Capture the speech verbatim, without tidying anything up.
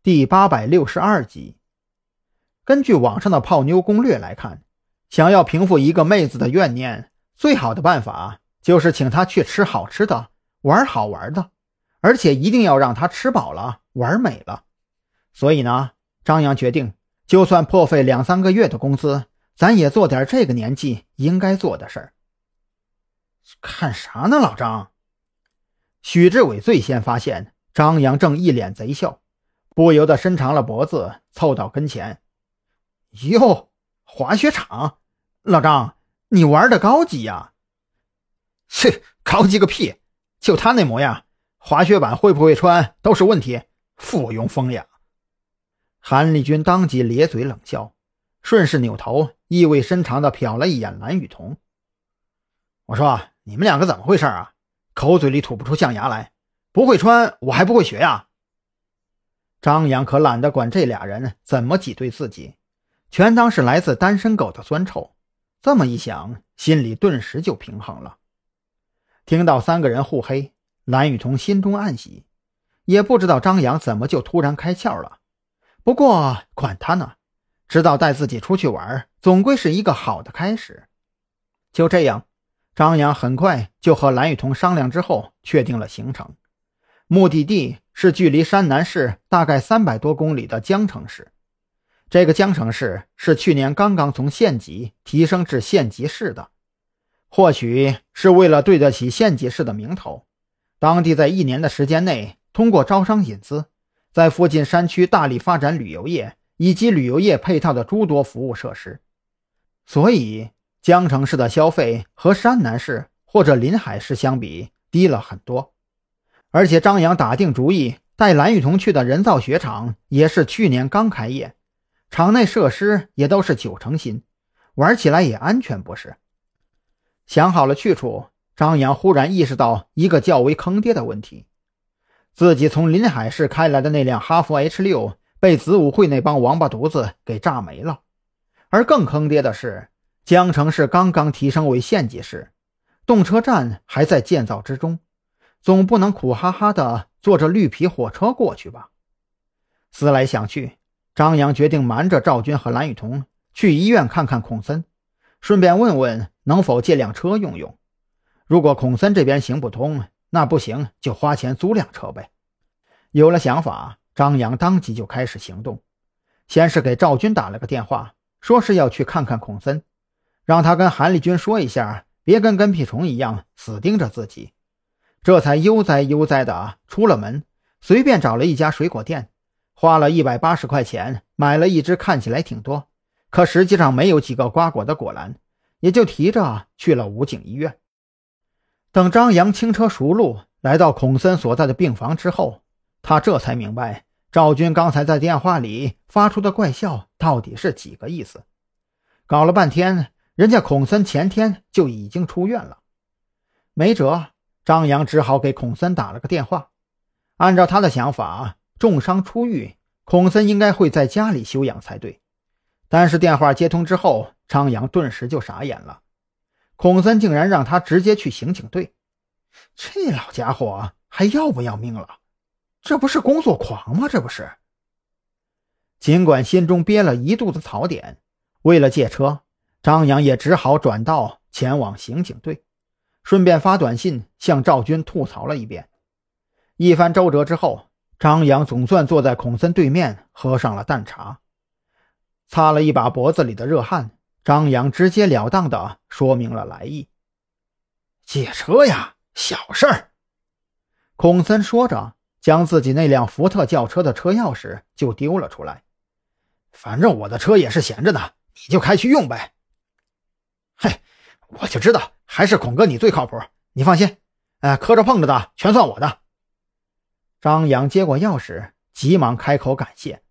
第八百六十二集。根据网上的泡妞攻略来看，想要平复一个妹子的怨念，最好的办法就是请她去吃好吃的，玩好玩的，而且一定要让她吃饱了，玩美了。所以呢，张扬决定，就算破费两三个月的工资，咱也做点这个年纪应该做的事儿。看啥呢，老张？许志伟最先发现张扬正一脸贼笑，不由得伸长了脖子凑到跟前。哟，滑雪场，老张，你玩的高级呀？切，高级个屁，就他那模样，滑雪板会不会穿都是问题，附庸风雅。韩立军当即咧嘴冷笑，顺势扭头意味深长地瞟了一眼蓝雨桐。我说，你们两个怎么回事啊？口嘴里吐不出象牙来，不会穿我还不会学呀。张扬可懒得管这俩人怎么挤兑自己，全当是来自单身狗的酸臭。这么一想，心里顿时就平衡了。听到三个人互黑，蓝雨桐心中暗喜，也不知道张扬怎么就突然开窍了。不过管他呢，知道带自己出去玩，总归是一个好的开始。就这样，张扬很快就和蓝雨桐商量之后确定了行程，目的地是距离山南市大概三百多公里的江城市。这个江城市是去年刚刚从县级提升至县级市的，或许是为了对得起县级市的名头，当地在一年的时间内通过招商引资，在附近山区大力发展旅游业以及旅游业配套的诸多服务设施。所以江城市的消费和山南市或者临海市相比低了很多。而且张扬打定主意带蓝雨桐去的人造雪场也是去年刚开业，场内设施也都是九成新，玩起来也安全不是。想好了去处，张扬忽然意识到一个较为坑爹的问题。自己从临海市开来的那辆哈弗 H 六 被子午会那帮王八犊子给炸没了。而更坑爹的是，江城市刚刚提升为县级市，动车站还在建造之中，总不能苦哈哈的坐着绿皮火车过去吧。思来想去，张扬决定瞒着赵军和蓝雨桐去医院看看孔森，顺便问问能否借辆车用用。如果孔森这边行不通，那不行就花钱租辆车呗。有了想法，张扬当即就开始行动。先是给赵军打了个电话，说是要去看看孔森，让他跟韩立军说一下，别跟跟屁虫一样死盯着自己。这才悠哉悠哉的出了门，随便找了一家水果店，花了一百八十块钱买了一只看起来挺多，可实际上没有几个瓜果的果篮，也就提着去了武警医院。等张扬轻车熟路来到孔森所在的病房之后，他这才明白赵军刚才在电话里发出的怪笑到底是几个意思。搞了半天，人家孔森前天就已经出院了。没辙，张扬只好给孔森打了个电话。按照他的想法，重伤出狱，孔森应该会在家里休养才对。但是电话接通之后，张扬顿时就傻眼了。孔森竟然让他直接去刑警队，这老家伙还要不要命了？这不是工作狂吗？这不是。尽管心中憋了一肚子槽点，为了借车，张扬也只好转道前往刑警队，顺便发短信向赵军吐槽了一遍。一番周折之后，张扬总算坐在孔森对面喝上了淡茶，擦了一把脖子里的热汗，张扬直截了当地说明了来意。借车呀，小事儿。孔森说着，将自己那辆福特轿车的车钥匙就丢了出来。反正我的车也是闲着呢，你就开去用呗。嘿，我就知道还是孔哥你最靠谱，你放心，呃，磕着碰着的全算我的。张扬接过钥匙，急忙开口感谢。